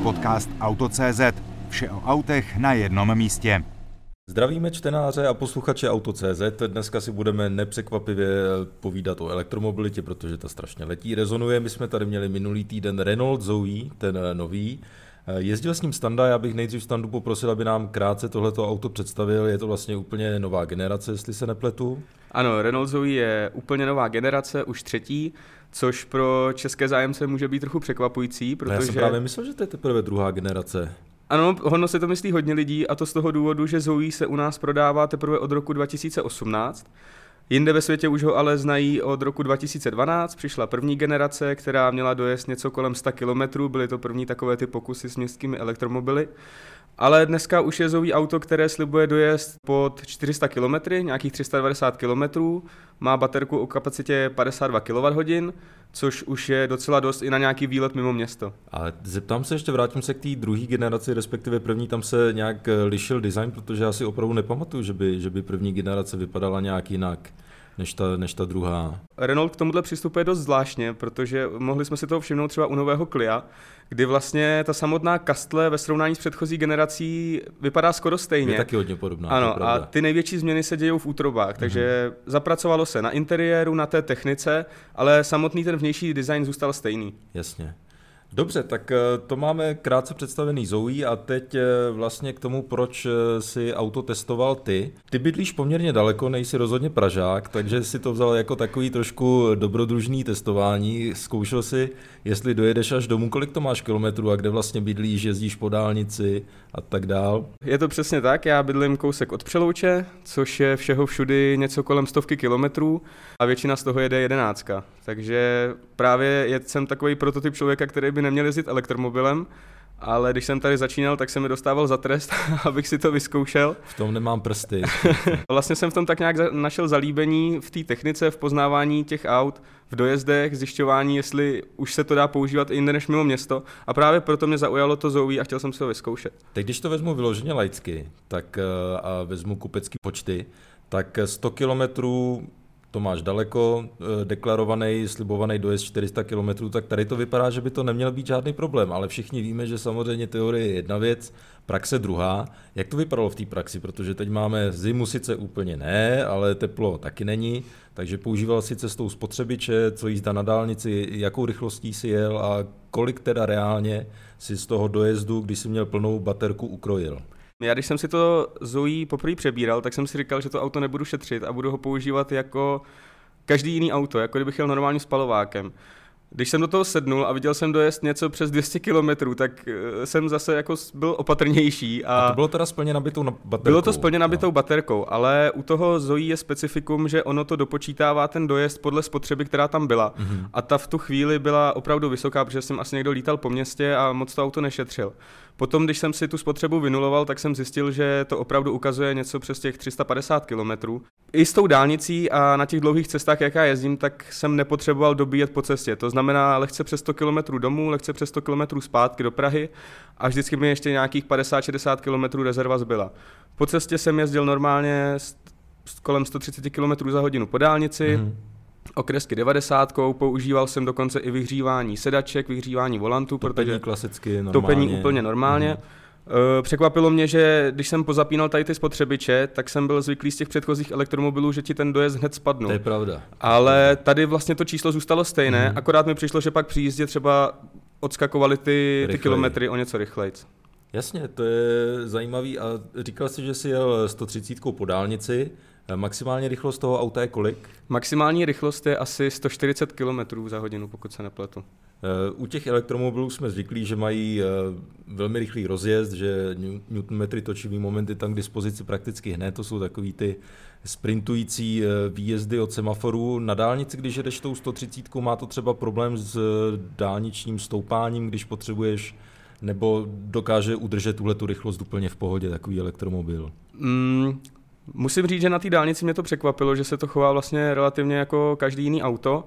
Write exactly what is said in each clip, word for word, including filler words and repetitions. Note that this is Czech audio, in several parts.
Podcast Auto tečka cé zet. Vše o autech na jednom místě. Zdravíme čtenáře a posluchače Auto tečka cé zet. Dneska si budeme nepřekvapivě povídat o elektromobilitě, protože ta strašně letí, rezonuje. My jsme tady měli minulý týden Renault Zoe, ten nový. Jezdil s ním Standa, já bych nejdřív Standu poprosil, aby nám krátce tohleto auto představil. Je to vlastně úplně nová generace, jestli se nepletu. Ano, Renault Zoe je úplně nová generace, už třetí, což pro české zájemce může být trochu překvapující, protože... Já jsem právě myslel, že to je teprve druhá generace. Ano, ono se to myslí hodně lidí, a to z toho důvodu, že Zoe se u nás prodává teprve od roku dva tisíce osmnáct. Jinde ve světě už ho ale znají od roku dva tisíce dvanáct, přišla první generace, která měla dojezd něco kolem sto kilometrů, byly to první takové ty pokusy s městskými elektromobily. Ale dneska už je Zoe auto, které slibuje dojezd pod čtyři sta kilometrů, nějakých tři sta devadesát kilometrů, má baterku o kapacitě padesát dva kilowatthodin, což už je docela dost i na nějaký výlet mimo město. Ale zeptám se ještě, vrátím se k té druhé generaci, respektive první, tam se nějak lišil design, protože já si opravdu nepamatuju, že by, že by první generace vypadala nějak jinak než ta, než ta druhá. Renault k tomuhle přistupuje dost zvláštně, protože mohli jsme si toho všimnout třeba u nového Clia, kdy vlastně ta samotná kastle ve srovnání s předchozí generací vypadá skoro stejně. Je taky hodně podobná. Ano, a ty největší změny se dějou v útrobách, takže mm-hmm. zapracovalo se na interiéru, na té technice, ale samotný ten vnější design zůstal stejný. Jasně. Dobře, tak to máme krátce představený Zoe a teď vlastně k tomu, proč si auto testoval ty. Ty bydlíš poměrně daleko, nejsi rozhodně Pražák, takže si to vzal jako takový trošku dobrodružný testování. Zkoušel si, jestli dojedeš až domů, kolik to máš kilometrů a kde vlastně bydlíš, jezdíš po dálnici a tak dál. Je to přesně tak, já bydlím kousek od Přelouče, což je všeho všudy něco kolem stovky kilometrů a většina z toho jede jedenáctka. Takže právě jsem takový prototyp člověka, který by neměl jezdit elektromobilem, ale když jsem tady začínal, tak jsem mi dostával za trest, abych si to vyzkoušel. V tom nemám prsty. Vlastně jsem v tom tak nějak našel zalíbení v té technice, v poznávání těch aut, v dojezdech, zjišťování, jestli už se to dá používat i jinde než mimo město. A právě proto mě zaujalo to Zoe a chtěl jsem si ho vyzkoušet. Teď když to vezmu vyloženě laicky, tak a vezmu kupecký počty, tak sto kilometrů to máš daleko, deklarovaný, slibovaný dojezd čtyři sta kilometrů, tak tady to vypadá, že by to neměl být žádný problém, ale všichni víme, že samozřejmě teorie je jedna věc, praxe druhá. Jak to vypadalo v té praxi, protože teď máme zimu sice úplně ne, ale teplo taky není, takže používal si cestou spotřebiče, co jízda na dálnici, jakou rychlostí si jel a kolik teda reálně si z toho dojezdu, když si měl plnou baterku, ukrojil. Já když jsem si to Zoe poprvé přebíral, tak jsem si říkal, že to auto nebudu šetřit a budu ho používat jako každý jiný auto, jako kdybych jel normálním spalovákem. Když jsem do toho sednul a viděl jsem dojezd něco přes dvě stě kilometrů, tak jsem zase jako byl opatrnější. A, a to bylo teda splně nabitou baterkou? Bylo to splně nabitou no. baterkou, ale u toho Zoe je specifikum, že ono to dopočítává ten dojezd podle spotřeby, která tam byla. Mm-hmm. A ta v tu chvíli byla opravdu vysoká, protože jsem asi někdo lítal po městě a moc to auto nešetřil. Potom, když jsem si tu spotřebu vynuloval, tak jsem zjistil, že to opravdu ukazuje něco přes těch tři sta padesát kilometrů. I s tou dálnicí a na těch dlouhých cestách, jak já jezdím, tak jsem nepotřeboval dobíjet po cestě. To znamená lehce přes sto kilometrů domů, lehce přes sto kilometrů zpátky do Prahy a vždycky mi ještě nějakých padesát šedesát kilometrů rezerva zbyla. Po cestě jsem jezdil normálně kolem sto třicet kilometrů za hodinu po dálnici, mm-hmm. okresky devadesátkou, používal jsem dokonce i vyhřívání sedaček, vyhřívání volantu, topení protože klasicky normálně. Topení úplně normálně. Mm. Překvapilo mě, že když jsem pozapínal tady ty spotřebiče, tak jsem byl zvyklý z těch předchozích elektromobilů, že ti ten dojezd hned spadnul. To je pravda. Ale tady vlastně to číslo zůstalo stejné, mm. akorát mi přišlo, že pak při jízdě třeba odskakovaly ty, ty kilometry o něco rychlejc. Jasně, to je zajímavý a říkal jsi, že jsi jel sto třicet po dálnici. Maximální rychlost toho auta je kolik? Maximální rychlost je asi sto čtyřicet kilometrů za hodinu, pokud se nepletu. U těch elektromobilů jsme zvyklí, že mají velmi rychlý rozjezd, že newtonmetry točivý momenty tam k dispozici prakticky hned, to jsou takový ty sprintující výjezdy od semaforů. Na dálnici, když jedeš tou sto třicet, má to třeba problém s dálničním stoupáním, když potřebuješ, nebo dokáže udržet tuhletu rychlost úplně v pohodě takový elektromobil? Mm. Musím říct, že na té dálnici mě to překvapilo, že se to chová vlastně relativně jako každý jiný auto.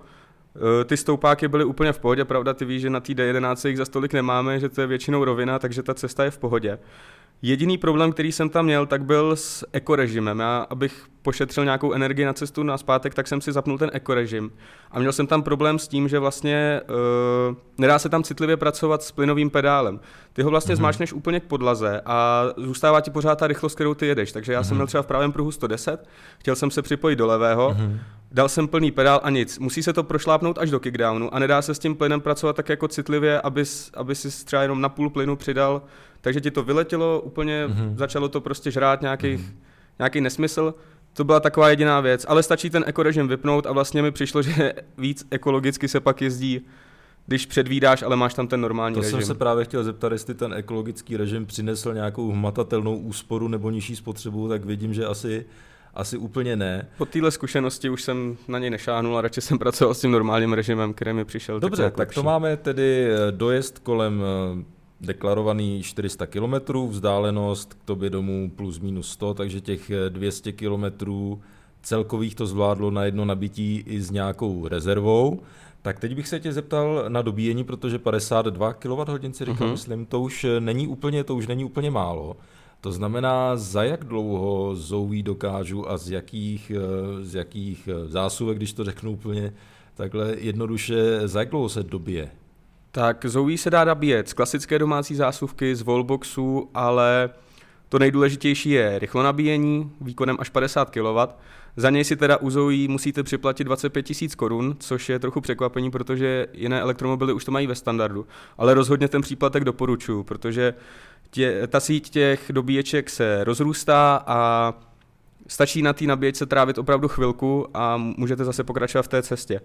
Ty stoupáky byly úplně v pohodě, pravda, ty víš, že na té D jedenáct jich za stolik nemáme, že to je většinou rovina, takže ta cesta je v pohodě. Jediný problém, který jsem tam měl, tak byl s ekorežimem. Já, abych pošetřil nějakou energii na cestu nazpátek, tak jsem si zapnul ten ekorežim. A měl jsem tam problém s tím, že vlastně uh, nedá se tam citlivě pracovat s plynovým pedálem. Ty ho vlastně mm-hmm. zmáčneš úplně k podlaze a zůstává ti pořád ta rychlost, kterou ty jedeš. Takže já mm-hmm. jsem měl třeba v pravém pruhu sto deset, chtěl jsem se připojit do levého, mm-hmm. dal jsem plný pedál a nic. Musí se to prošlápnout až do kickdownu a nedá se s tím plynem pracovat tak jako citlivě, abys, aby si třeba jenom na půl plynu přidal. Takže ti to vyletělo úplně, mm-hmm. začalo to prostě žrát nějakých, mm-hmm. nějaký nesmysl. To byla taková jediná věc, ale stačí ten ekorežim vypnout a vlastně mi přišlo, že víc ekologicky se pak jezdí, když předvídáš, ale máš tam ten normální to režim. To jsem se právě chtěl zeptat, jestli ten ekologický režim přinesl nějakou hmatatelnou úsporu nebo nižší spotřebu, tak vidím, že asi, asi úplně ne. Po téhle zkušenosti už jsem na něj nešáhnul a radši jsem pracoval s tím normálním režimem, který mi přišel. Dobře, tak, tak to máme tedy dojezd kolem deklarovaný čtyři sta kilometrů, vzdálenost k tobě domů plus minus sto, takže těch dvě stě kilometrů celkových to zvládlo na jedno nabití i s nějakou rezervou. Tak teď bych se tě zeptal na dobíjení, protože padesát dva kilowatthodin si říkal, uh-huh. myslím, to už není úplně, to už není úplně málo. To znamená, za jak dlouho Zoe dokážu a z jakých, z jakých zásuvek, když to řeknu úplně takhle jednoduše, za jak dlouho se dobije? Tak Zoe se dá nabíjet z klasické domácí zásuvky, z wallboxu, ale to nejdůležitější je rychlonabíjení výkonem až padesát kilowattů. Za něj si teda u Zoe musíte připlatit dvacet pět tisíc korun, což je trochu překvapení, protože jiné elektromobily už to mají ve standardu. Ale rozhodně ten příplatek doporučuji, protože tě, ta síť těch dobíječek se rozrůstá a stačí na té nabíječce trávit opravdu chvilku a můžete zase pokračovat v té cestě.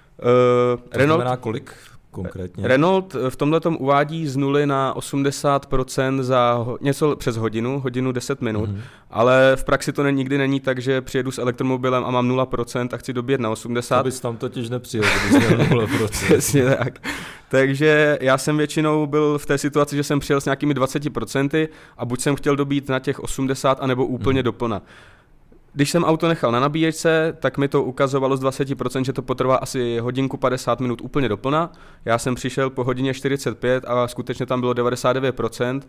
Uh, to Renault, znamená kolik konkrétně? Renault v tomhletom uvádí z nuly na osmdesát procent za ho, něco přes hodinu, hodinu deset minut, mm-hmm. ale v praxi to ne, nikdy není tak, že přijedu s elektromobilem a mám nula procent a chci dobíjet na osmdesát procent. Abys tam totiž nepřijel, kdybys měl nula procent. Přesně tak. Takže já jsem většinou byl v té situaci, že jsem přijel s nějakými dvacet procent a buď jsem chtěl dobít na těch osmdesát, anebo úplně mm-hmm. doplna. Když jsem auto nechal na nabíječce, tak mi to ukazovalo z dvacet procent, že to potrvá asi hodinku padesát minut úplně doplna. Já jsem přišel po hodině čtyřicet pět a skutečně tam bylo devadesát devět procent.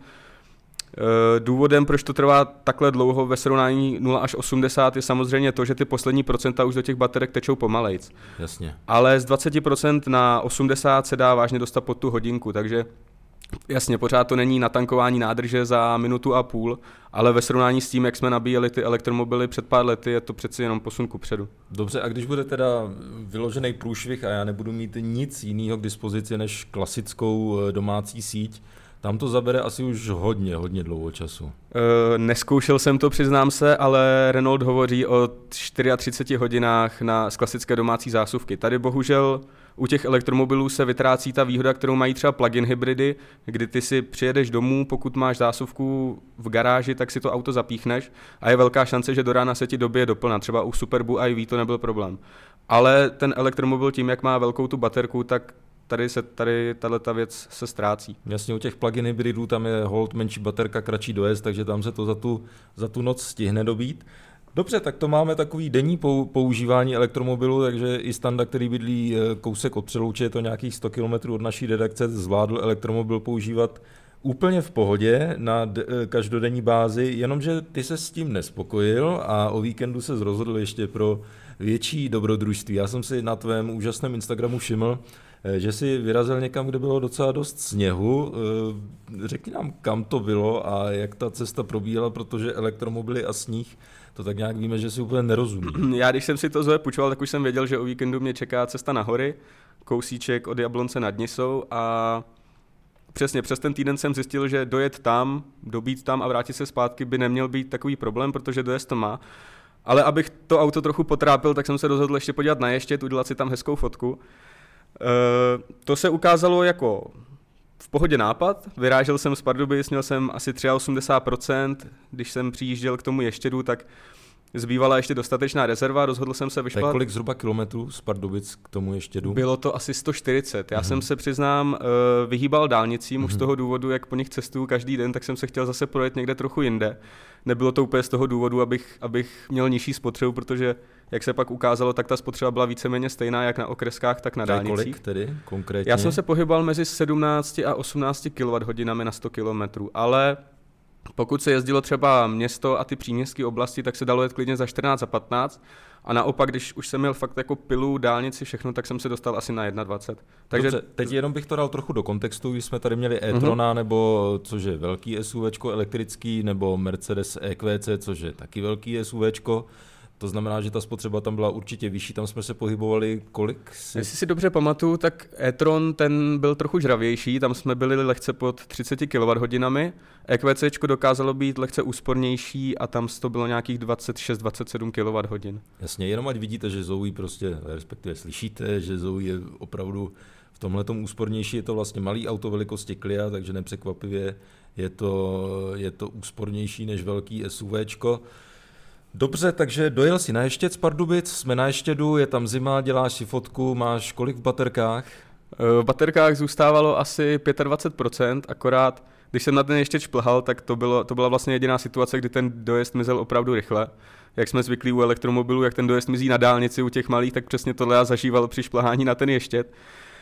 Důvodem, proč to trvá takhle dlouho ve srovnání nula až osmdesát, je samozřejmě to, že ty poslední procenta už do těch baterek tečou pomalejc. Jasně. Ale z dvacet procent na osmdesát se dá vážně dostat pod tu hodinku, takže jasně, pořád to není natankování nádrže za minutu a půl, ale ve srovnání s tím, jak jsme nabíjeli ty elektromobily před pár lety, je to přeci jenom posun kupředu. Dobře, a když bude teda vyložený průšvih a já nebudu mít nic jiného k dispozici než klasickou domácí síť, tam to zabere asi už hodně, hodně dlouho času. E, neskoušel jsem to, přiznám se, ale Renault hovoří o třiceti čtyřech hodinách na z klasické domácí zásuvky. Tady bohužel u těch elektromobilů se vytrácí ta výhoda, kterou mají třeba plug-in hybridy, kdy ty si přijedeš domů, pokud máš zásuvku v garáži, tak si to auto zapíchneš a je velká šance, že do rána se ti dobije doplna. Třeba u Superbu i V to nebyl problém. Ale ten elektromobil tím, jak má velkou tu baterku, tak tady se tady tato věc se ztrácí. Jasně, u těch plug-in hybridů tam je hold menší baterka, kratší dojezd, takže tam se to za tu, za tu noc stihne dobít. Dobře, tak to máme takový denní používání elektromobilu, takže i Standa, který bydlí kousek od Přelouče, je to nějakých sto kilometrů od naší redakce, zvládl elektromobil používat úplně v pohodě na d- každodenní bázi, jenomže ty se s tím nespokojil a o víkendu se rozhodl ještě pro větší dobrodružství. Já jsem si na tvém úžasném Instagramu všiml, že jsi vyrazil někam, kde bylo docela dost sněhu. Řekni nám, kam to bylo a jak ta cesta probíhala, protože elektromobily a sníh, to tak nějak víme, že si úplně nerozumí. Já když jsem si to Zoe půjčoval, tak už jsem věděl, že o víkendu mě čeká cesta na hory, kousíček od Jablonce nad Nisou a přesně přes ten týden jsem zjistil, že dojet tam, dobít tam a vrátit se zpátky by neměl být takový problém, protože dojezd to má. Ale abych to auto trochu potrápil, tak jsem se rozhodl ještě podívat na Ještěd, udělat si tam hezkou fotku. Uh, to se ukázalo jako v pohodě nápad, vyrážel jsem z Pardubic, měl jsem asi osmdesát tři procent, když jsem přijížděl k tomu Ještědu, tak zbývala ještě dostatečná rezerva, rozhodl jsem se vyšpat. Tak kolik zhruba kilometrů z Pardubic k tomu Ještědu? Bylo to asi sto čtyřicet, já uh-huh. jsem se přiznám vyhýbal dálnicím uh-huh. už z toho důvodu, jak po nich cestuju každý den, tak jsem se chtěl zase projet někde trochu jinde. Nebylo to úplně z toho důvodu, abych, abych měl nižší spotřebu, protože jak se pak ukázalo, tak ta spotřeba byla víceméně stejná jak na okreskách, tak na dálnicích. Kolik tedy konkrétně? Já jsem se pohyboval mezi sedmnáct a osmnáct kilowatthodinami na sto kilometrů, ale Pokud se jezdilo třeba město a ty příměstské oblasti, tak se dalo jet klidně za čtrnáct a patnáct. A naopak, když už jsem měl fakt jako pilu, dálnici, všechno, tak jsem se dostal asi na dvacet jedna. Takže dobře, teď jenom bych to dal trochu do kontextu, když jsme tady měli e-trona, uh-huh. nebo což je velký SUVčko elektrický, nebo Mercedes E Q C, což je taky velký SUVčko. To znamená, že ta spotřeba tam byla určitě vyšší, tam jsme se pohybovali kolik? Si... Jestli si dobře pamatuju, tak e-tron ten byl trochu žravější, tam jsme byli lehce pod třicet kilowatthodinami, EQCčko dokázalo být lehce úspornější a tam to bylo nějakých dvacet šest dvacet sedm kilowatthodin. Jasně, jenom ať vidíte, že Zoe prostě, respektive slyšíte, že Zoe je opravdu v tomhletom úspornější, je to vlastně malý auto velikosti Clio, takže nepřekvapivě je to, je to úspornější než velký SUVčko. Dobře, takže dojel si na Ještěd z Pardubic, jsme na Ještědu, je tam zima, děláš si fotku, máš kolik v baterkách? V baterkách zůstávalo asi dvacet pět procent, akorát když jsem na ten Ještěd šplhal, tak to, bylo, to byla vlastně jediná situace, kdy ten dojezd mizel opravdu rychle. Jak jsme zvyklí u elektromobilů, jak ten dojezd mizí na dálnici u těch malých, tak přesně tohle já zažíval při šplhání na ten Ještěd.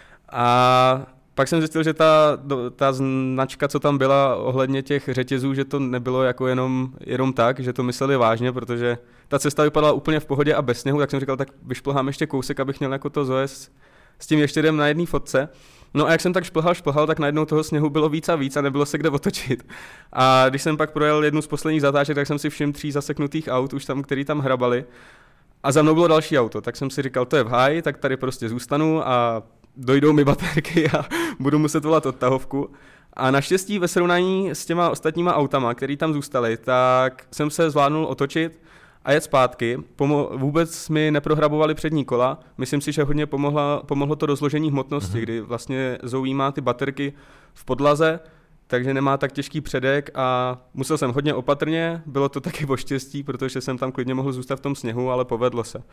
A pak jsem zjistil, že ta, ta značka, co tam byla ohledně těch řetězů, že to nebylo jako jenom, jenom tak, že to mysleli vážně, protože ta cesta vypadala úplně v pohodě a bez sněhu, tak jsem říkal, tak vyšplhám ještě kousek, abych měl jako to Zoe s, s tím Ještědem na jedné fotce. No a jak jsem tak šplhal, šplhal, tak najednou toho sněhu bylo víc a víc a nebylo se kde otočit. A když jsem pak projel jednu z posledních zatáček, tak jsem si všiml tří zaseknutých aut, už tam, který tam hrabali. A za mnou bylo další auto, tak jsem si říkal, to je v háji, tak tady prostě zůstanu a dojdou mi baterky a budu muset volat odtahovku. A naštěstí ve srovnání s těma ostatníma autama, který tam zůstaly, tak jsem se zvládnul otočit a jet zpátky. Pomo- vůbec mi neprohrabovali přední kola. Myslím si, že hodně pomohla, pomohlo to rozložení hmotnosti, mm-hmm. kdy vlastně Zoe má ty baterky v podlaze, takže nemá tak těžký předek a musel jsem hodně opatrně. Bylo to taky o štěstí, protože jsem tam klidně mohl zůstat v tom sněhu, ale povedlo se.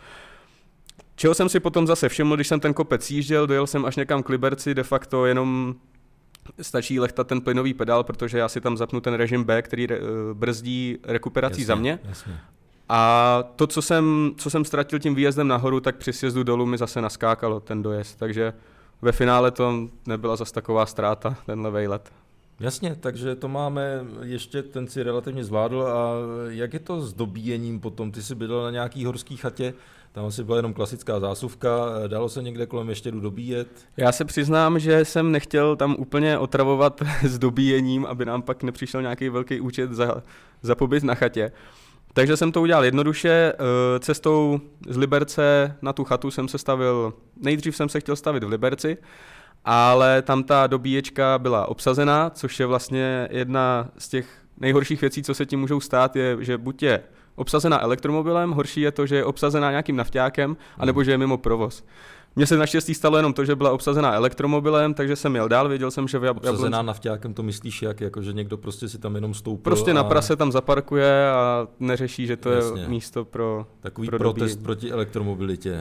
Čeho jsem si potom zase všiml, když jsem ten kopec jížděl, dojel jsem až někam k Liberci, de facto jenom stačí lehtat ten plynový pedál, protože já si tam zapnu ten režim B, který re, brzdí rekuperací jasně, za mě. Jasně. A to, co jsem, co jsem ztratil tím výjezdem nahoru, tak při sjezdu dolů mi zase naskákalo ten dojezd, takže ve finále to nebyla zase taková ztráta, tenhle vejlet. Jasně, takže to máme, ještě ten si relativně zvládl a jak je to s dobíjením potom? Ty jsi bydlel na nějaký horský chatě, tam asi byla jenom klasická zásuvka, dalo se někde kolem Ještědu dobíjet? Já se přiznám, že jsem nechtěl tam úplně otravovat s dobíjením, aby nám pak nepřišel nějaký velký účet za, za pobyt na chatě. Takže jsem to udělal jednoduše, cestou z Liberce na tu chatu jsem se stavil, nejdřív jsem se chtěl stavit v Liberci, ale tam ta dobíječka byla obsazená, což je vlastně jedna z těch nejhorších věcí, co se tím můžou stát, je, že buď je obsazená elektromobilem, horší je to, že je obsazená nějakým nafťákem, anebo že je mimo provoz. Mně se naštěstí stalo jenom to, že byla obsazená elektromobilem, takže jsem jel dál, věděl jsem, že v Jab- Obsazená nafťákem, to myslíš jak? Jako, že někdo prostě si tam jenom stoupil? Prostě a... na prase tam zaparkuje a neřeší, že to Jasně. je místo pro Takový pro protest dobí. proti elektromobilitě.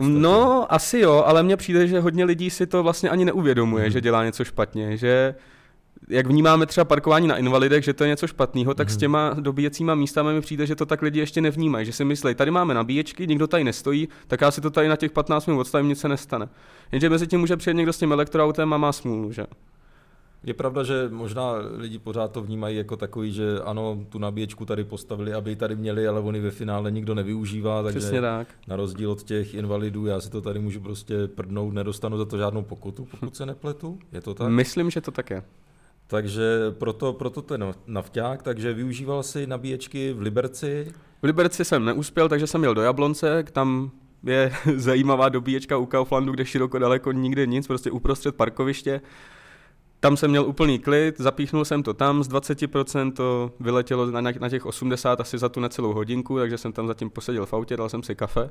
No, asi jo, ale mně přijde, že hodně lidí si to vlastně ani neuvědomuje, hmm. že dělá něco špatně, že jak vnímáme třeba parkování na invalidech, že to je něco špatného, tak mm. s těma dobíjecíma místami mi přijde, že to tak lidi ještě nevnímají, že si myslí, tady máme nabíječky, nikdo tady nestojí, tak já si to tady na těch patnáct minut odstavím, nic se nestane. Jenže mezi tím může přijet někdo s tím elektroautem a má smůlu, že? Je pravda, že možná lidi pořád to vnímají jako takový, že ano, tu nabíječku tady postavili, aby ji tady měli, ale oni ve finále nikdo nevyužívá, takže tak. Na rozdíl od těch invalidů, já si to tady můžu prostě prdnout, nedostanu za to žádnou pokutu, pokud se nepletu, je to tak? Myslím, že to tak je. Takže proto, proto ten nafťák, takže využíval si nabíječky v Liberci? V Liberci jsem neuspěl, takže jsem jel do Jablonce, tam je zajímavá dobíječka u Kauflandu, kde široko daleko nikde nic, prostě uprostřed parkoviště. Tam jsem měl úplný klid, zapíchnul jsem to tam, z dvacet procent to vyletělo na, na těch osmdesát asi za tu necelou hodinku, takže jsem tam zatím poseděl v autě, dal jsem si kafe.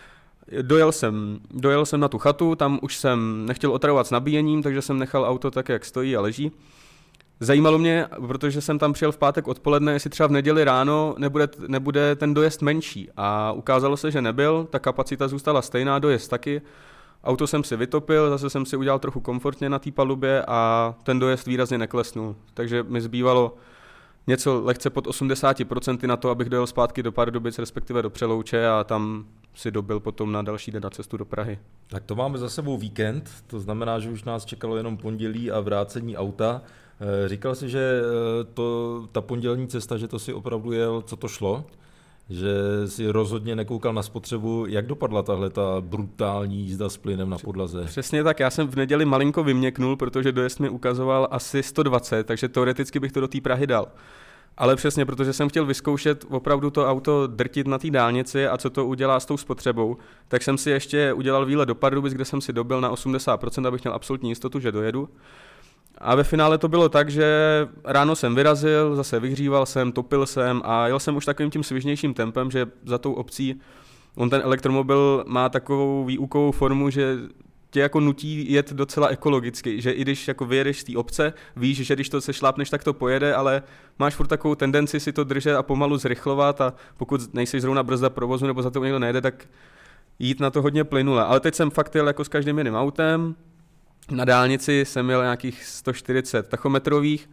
Dojel jsem, dojel jsem na tu chatu, tam už jsem nechtěl otravovat s nabíjením, takže jsem nechal auto tak, jak stojí a leží. Zajímalo mě, protože jsem tam přijel v pátek odpoledne, jestli třeba v neděli ráno nebude, nebude ten dojezd menší. A ukázalo se, že nebyl, ta kapacita zůstala stejná, dojezd taky. Auto jsem si vytopil, zase jsem si udělal trochu komfortně na té palubě a ten dojezd výrazně neklesnul. Takže mi zbývalo něco lehce pod osmdesát procent na to, abych dojel zpátky do Pardubic, respektive do Přelouče a tam si dobil potom na další den na cestu do Prahy. Tak to máme za sebou víkend, to znamená, že už nás čekalo jenom pondělí a vrácení auta. Říkal jsi, že to, ta pondělní cesta, že to si opravdu jel, co to šlo? Že si rozhodně nekoukal na spotřebu. Jak dopadla tahle ta brutální jízda s plynem na podlaze? Přesně tak, já jsem v neděli malinko vyměknul, protože dojezd mi ukazoval asi sto dvacet, takže teoreticky bych to do té Prahy dal. Ale přesně, protože jsem chtěl vyzkoušet opravdu to auto drtit na té dálnici a co to udělá s tou spotřebou, tak jsem si ještě udělal výlet do Pardubic, kde jsem si dobil na osmdesát procent, abych měl absolutní jistotu, že dojedu. A ve finále to bylo tak, že ráno jsem vyrazil, zase vyhříval jsem, topil jsem a jel jsem už takovým tím svižnějším tempem, že za tou obcí, on ten elektromobil má takovou výukovou formu, že tě jako nutí jet docela ekologicky, že i když jako vyjedeš z té obce, víš, že když to se šlápneš, tak to pojede, ale máš furt takovou tendenci si to držet a pomalu zrychlovat a pokud nejseš zrovna brzda provozu nebo za to někdo nejde, tak jít na to hodně plynule. Ale teď jsem fakt jel jako s každým jiným autem. Na dálnici jsem měl nějakých sto čtyřicet tachometrových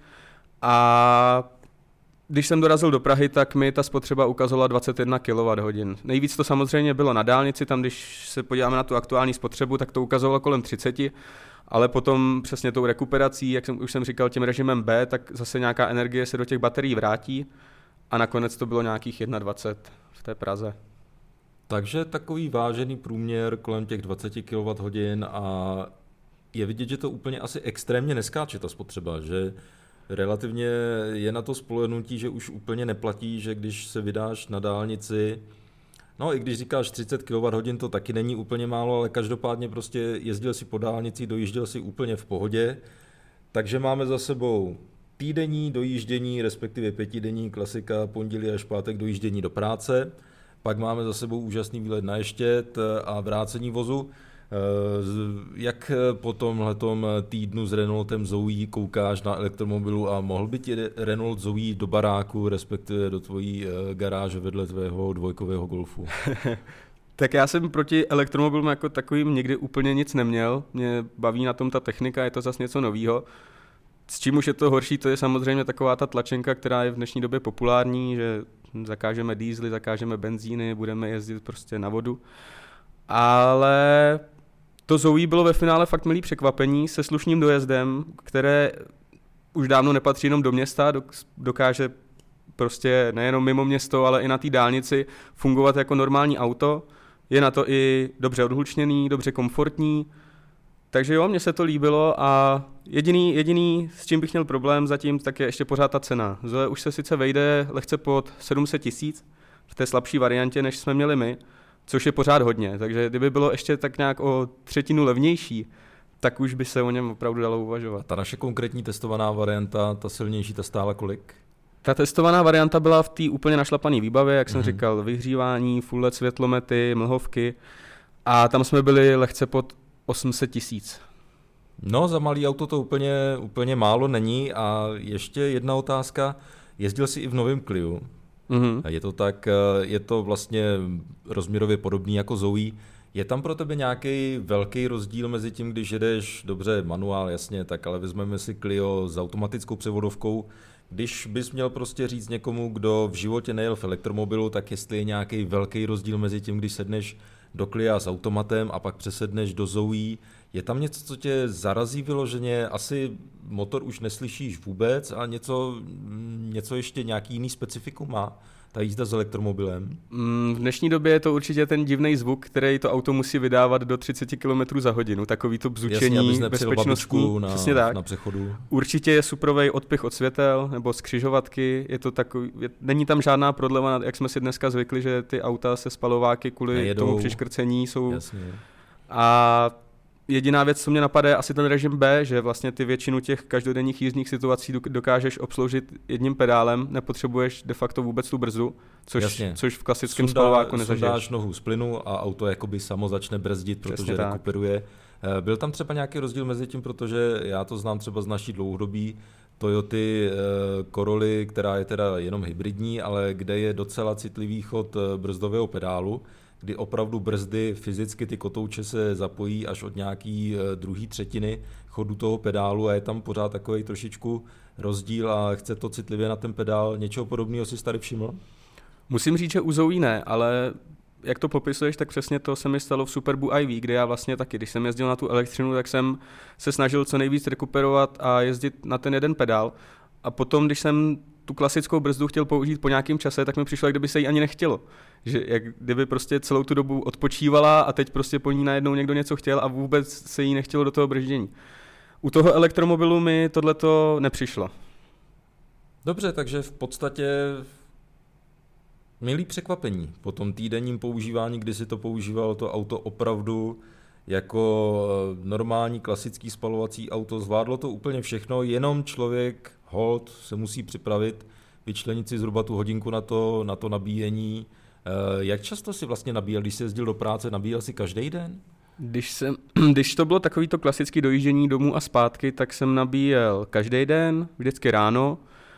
a když jsem dorazil do Prahy, tak mi ta spotřeba ukazovala dvacet jedna kilowatthodin. Nejvíc to samozřejmě bylo na dálnici, tam když se podíváme na tu aktuální spotřebu, tak to ukazovalo kolem třicet, ale potom přesně tou rekuperací, jak jsem, už jsem říkal, tím režimem B, tak zase nějaká energie se do těch baterií vrátí a nakonec to bylo nějakých dvacet jedna v té Praze. Takže takový vážený průměr kolem těch dvacet kilowatthodin a je vidět, že to úplně asi extrémně neskáče ta spotřeba, že relativně je na to spolehnutí, že už úplně neplatí, že když se vydáš na dálnici, no i když říkáš třicet kilowatthodin, to taky není úplně málo, ale každopádně prostě jezdil si po dálnici, dojížděl si úplně v pohodě, takže máme za sebou týdenní dojíždění, respektive pětidenní klasika, pondělí až pátek dojíždění do práce, pak máme za sebou úžasný výlet na Ještěd a vrácení vozu. Jak po tomhletom týdnu s Renaultem Zoe koukáš na elektromobilu a mohl by ti Renault Zoe do baráku, respektive do tvojí garáže vedle tvého dvojkového Golfu? Tak já jsem proti elektromobilům jako takovým nikdy úplně nic neměl. Mě baví na tom ta technika, je to zase něco novýho. S čím už je to horší, to je samozřejmě taková ta tlačenka, která je v dnešní době populární, že zakážeme diesely, zakážeme benzíny, budeme jezdit prostě na vodu. Ale to Zoe bylo ve finále fakt milý překvapení se slušným dojezdem, které už dávno nepatří jenom do města, dokáže prostě nejenom mimo město, ale i na té dálnici fungovat jako normální auto. Je na to i dobře odhlučněný, dobře komfortní, takže jo, mně se to líbilo a jediný, jediný, s čím bych měl problém zatím, tak je ještě pořád ta cena. Zoe už se sice vejde lehce pod sedm set tisíc v té slabší variantě, než jsme měli my, což je pořád hodně, takže kdyby bylo ještě tak nějak o třetinu levnější, tak už by se o něm opravdu dalo uvažovat. Ta naše konkrétní testovaná varianta, ta silnější, ta stála kolik? Ta testovaná varianta byla v té úplně našlapané výbavě, jak jsem mm-hmm. říkal, vyhřívání, full L E D světlomety, mlhovky a tam jsme byli lehce pod osm set tisíc. No, za malý auto to úplně, úplně málo není a ještě jedna otázka, jezdil jsi i v novém Clio. Mm-hmm. Je to tak, je to vlastně rozměrově podobný jako Zoe. Je tam pro tebe nějaký velký rozdíl mezi tím, když jedeš, dobře, manuál, jasně, tak ale vezmeme si Clio s automatickou převodovkou. Když bys měl prostě říct někomu, kdo v životě nejel v elektromobilu, tak jestli je nějaký velký rozdíl mezi tím, když sedneš do Clia s automatem a pak přesedneš do Zoe. Je tam něco, co tě zarazí vyloženě? Asi motor už neslyšíš vůbec a něco, něco ještě nějaký jiný specifikum má ta jízda s elektromobilem? V dnešní době je to určitě ten divný zvuk, který to auto musí vydávat do třicet kilometrů za hodinu. Takový to bzučení, bezpečnostní. Na, přesně tak. na přechodu. Určitě je suprovej odpych od světel nebo z křižovatky. Je to takový, je, není tam žádná prodleva, jak jsme si dneska zvykli, že ty auta se spalováky kvůli Nejedou. tomu přiškrcení jsou. Jasně. A jediná věc, co mě napadá, je asi ten režim B, že vlastně ty většinu těch každodenních jízdních situací dokážeš obsloužit jedním pedálem, nepotřebuješ de facto vůbec tu brzdu, což, což v klasickém Sundá, spalováku nezažiješ. Sundáš nohu z plynu a auto jakoby samo začne brzdit, protože Přesně rekuperuje. Tak. Byl tam třeba nějaký rozdíl mezi tím, protože já to znám třeba z naší dlouhodobí Toyoty Corolly, která je teda jenom hybridní, ale kde je docela citlivý chod brzdového pedálu, kdy opravdu brzdy, fyzicky ty kotouče se zapojí až od nějaký druhý třetiny chodu toho pedálu a je tam pořád takový trošičku rozdíl a chce to citlivě na ten pedál. Něčeho podobného si tady všiml? Musím říct, že u Zoe ne, ale jak to popisuješ, tak přesně to se mi stalo v Superbu I V, kde já vlastně taky, když jsem jezdil na tu elektřinu, tak jsem se snažil co nejvíc rekuperovat a jezdit na ten jeden pedál. A potom, když jsem tu klasickou brzdu chtěl použít po nějakém čase, tak mi přišlo, jak kdyby se jí ani nechtělo. Že jak kdyby prostě celou tu dobu odpočívala a teď prostě po ní najednou někdo něco chtěl a vůbec se jí nechtělo do toho brždění. U toho elektromobilu mi tohleto nepřišlo. Dobře, takže v podstatě milý překvapení. Po tom týdenním používání, kdy si to používalo to auto opravdu jako normální klasický spalovací auto, zvládlo to úplně všechno, jenom člověk hold se musí připravit, vyčlenit si zhruba tu hodinku na to, na to nabíjení. Jak často si vlastně nabíjel, když jsi jezdil do práce, nabíjel si každý den? Když, jsem, když to bylo takový to klasické dojíždění domů a zpátky, tak jsem nabíjel každý den, vždycky ráno.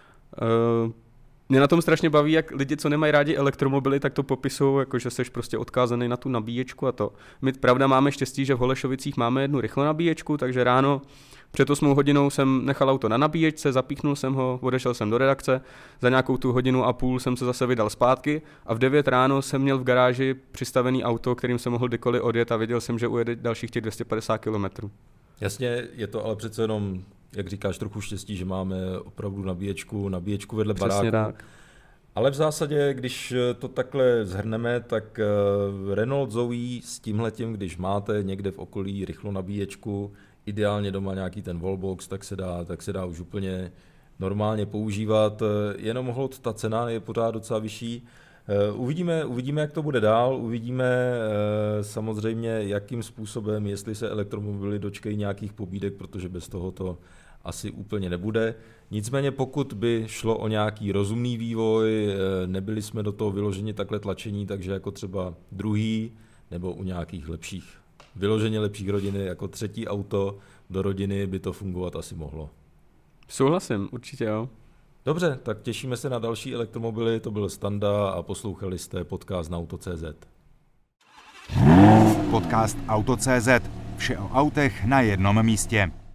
Mě na tom strašně baví, jak lidi, co nemají rádi elektromobily, tak to popisují, jako že seš prostě odkázaný na tu nabíječku a to. My pravda máme štěstí, že v Holešovicích máme jednu rychlou nabíječku, takže ráno před osmou hodinou jsem nechal auto na nabíječce, zapíchnul jsem ho, odešel jsem do redakce, za nějakou tu hodinu a půl jsem se zase vydal zpátky a v devět ráno jsem měl v garáži přistavený auto, kterým jsem mohl kdykoliv odjet a věděl jsem, že ujede dalších těch dvě stě padesát kilometrů. Jasně, je to ale přece jenom, jak říkáš, trochu štěstí, že máme opravdu nabíječku, nabíječku vedle Přesně baráku. Tak. Ale v zásadě, když to takhle zhrneme, tak Renault Zoe s tímhletím, když máte někde v okolí rychlou nabíječku, ideálně doma nějaký ten wallbox, tak se dá, tak se dá už úplně normálně používat. Jenom hold, ta cena je pořád docela vyšší. Uvidíme, uvidíme, jak to bude dál, uvidíme samozřejmě, jakým způsobem, jestli se elektromobily dočkají nějakých pobídek, protože bez toho to asi úplně nebude. Nicméně pokud by šlo o nějaký rozumný vývoj, nebyli jsme do toho vyloženi takhle tlačení, takže jako třeba druhý nebo u nějakých lepších, vyloženě lepších rodiny, jako třetí auto do rodiny by to fungovat asi mohlo. Souhlasím, určitě jo. Dobře, tak těšíme se na další elektromobily, to byl Standa a poslouchali jste podcast na Auto tečka cé zet. Podcast Auto tečka cé zet. Vše o autech na jednom místě.